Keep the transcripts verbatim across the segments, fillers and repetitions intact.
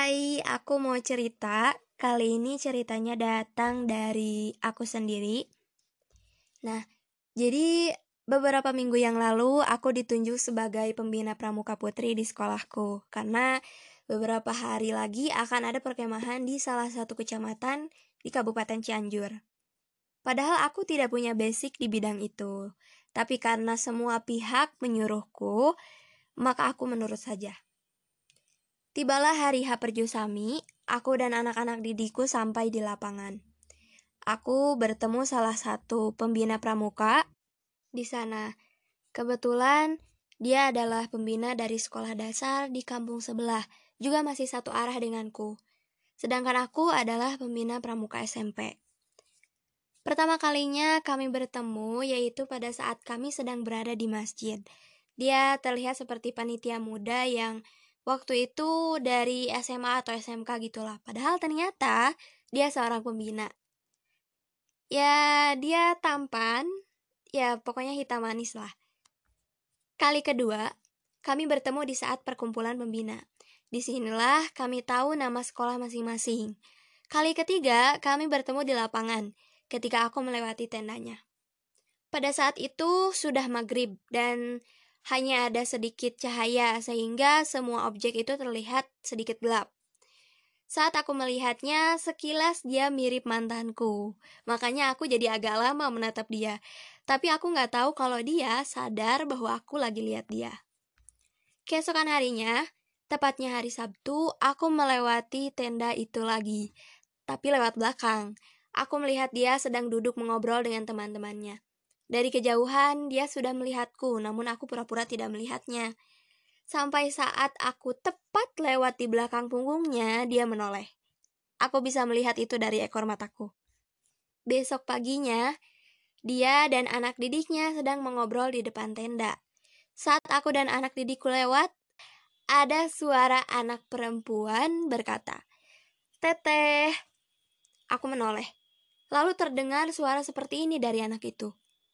Hai, aku mau cerita. Kali ini ceritanya datang dari aku sendiri. Nah, jadi beberapa minggu yang lalu aku ditunjuk sebagai pembina pramuka putri di sekolahku. Karena beberapa hari lagi akan ada perkemahan di salah satu kecamatan di Kabupaten Cianjur. Padahal aku tidak punya basic di bidang itu. Tapi karena semua pihak menyuruhku, maka aku menurut saja. Tibalah hari H Perjusami, aku dan anak-anak didikku sampai di lapangan. Aku bertemu salah satu pembina pramuka di sana. Kebetulan dia adalah pembina dari sekolah dasar di kampung sebelah, juga masih satu arah denganku. Sedangkan aku adalah pembina pramuka S M P. Pertama kalinya kami bertemu yaitu pada saat kami sedang berada di masjid. Dia terlihat seperti panitia muda yang waktu itu dari S M A atau S M K gitulah. Padahal ternyata dia seorang pembina. Ya, dia tampan. Ya, pokoknya hitam manis lah. Kali kedua, kami bertemu di saat perkumpulan pembina. Disinilah kami tahu nama sekolah masing-masing. Kali ketiga, kami bertemu di lapangan ketika aku melewati tendanya. Pada saat itu sudah maghrib dan hanya ada sedikit cahaya sehingga semua objek itu terlihat sedikit gelap. Saat aku melihatnya, sekilas dia mirip mantanku. Makanya aku jadi agak lama menatap dia. Tapi aku nggak tahu kalau dia sadar bahwa aku lagi lihat dia. Keesokan harinya, tepatnya hari Sabtu, aku melewati tenda itu lagi. Tapi lewat belakang. Aku melihat dia sedang duduk mengobrol dengan teman-temannya. Dari kejauhan, dia sudah melihatku, namun aku pura-pura tidak melihatnya. Sampai saat aku tepat lewat di belakang punggungnya, dia menoleh. Aku bisa melihat itu dari ekor mataku. Besok paginya, dia dan anak didiknya sedang mengobrol di depan tenda. Saat aku dan anak didikku lewat, ada suara anak perempuan berkata, "Teteh." Aku menoleh. Lalu terdengar suara seperti ini dari anak itu.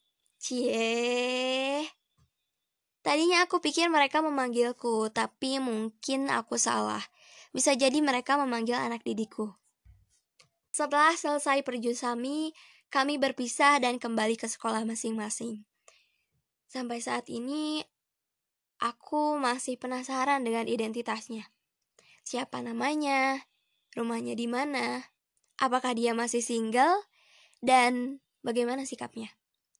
Cie. Tadinya aku pikir mereka memanggilku, tapi mungkin aku salah. Bisa jadi mereka memanggil anak didikku. Setelah selesai perjusami, kami berpisah dan kembali ke sekolah masing-masing. Sampai saat ini, aku masih penasaran dengan identitasnya. Siapa namanya? Rumahnya di mana? Apakah dia masih single? Dan bagaimana sikapnya?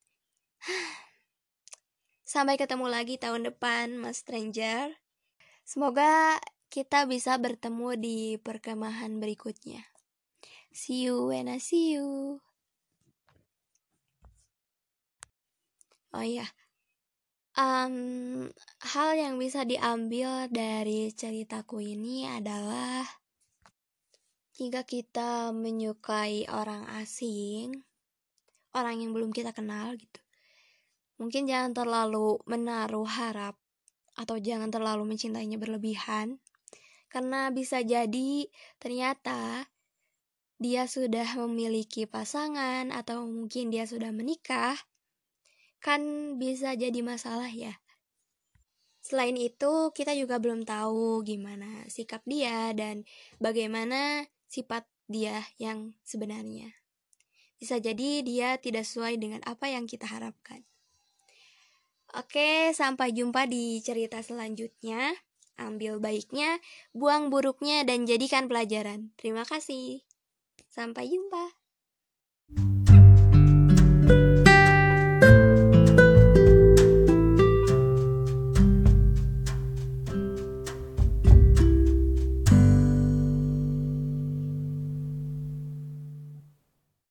Sampai ketemu lagi tahun depan, Mas Stranger. Semoga kita bisa bertemu di perkemahan berikutnya. See you when I see you. Oh iya, um, hal yang bisa diambil dari ceritaku ini adalah jika kita menyukai orang asing, orang yang belum kita kenal gitu, mungkin jangan terlalu menaruh harap atau jangan terlalu mencintainya berlebihan, karena bisa jadi ternyata dia sudah memiliki pasangan atau mungkin dia sudah menikah, kan bisa jadi masalah ya. Selain itu, kita juga belum tahu gimana sikap dia dan bagaimana sifat dia yang sebenarnya. Bisa jadi dia tidak sesuai dengan apa yang kita harapkan. Oke, sampai jumpa di cerita selanjutnya. Ambil baiknya, buang buruknya, dan jadikan pelajaran. Terima kasih. Sampai jumpa.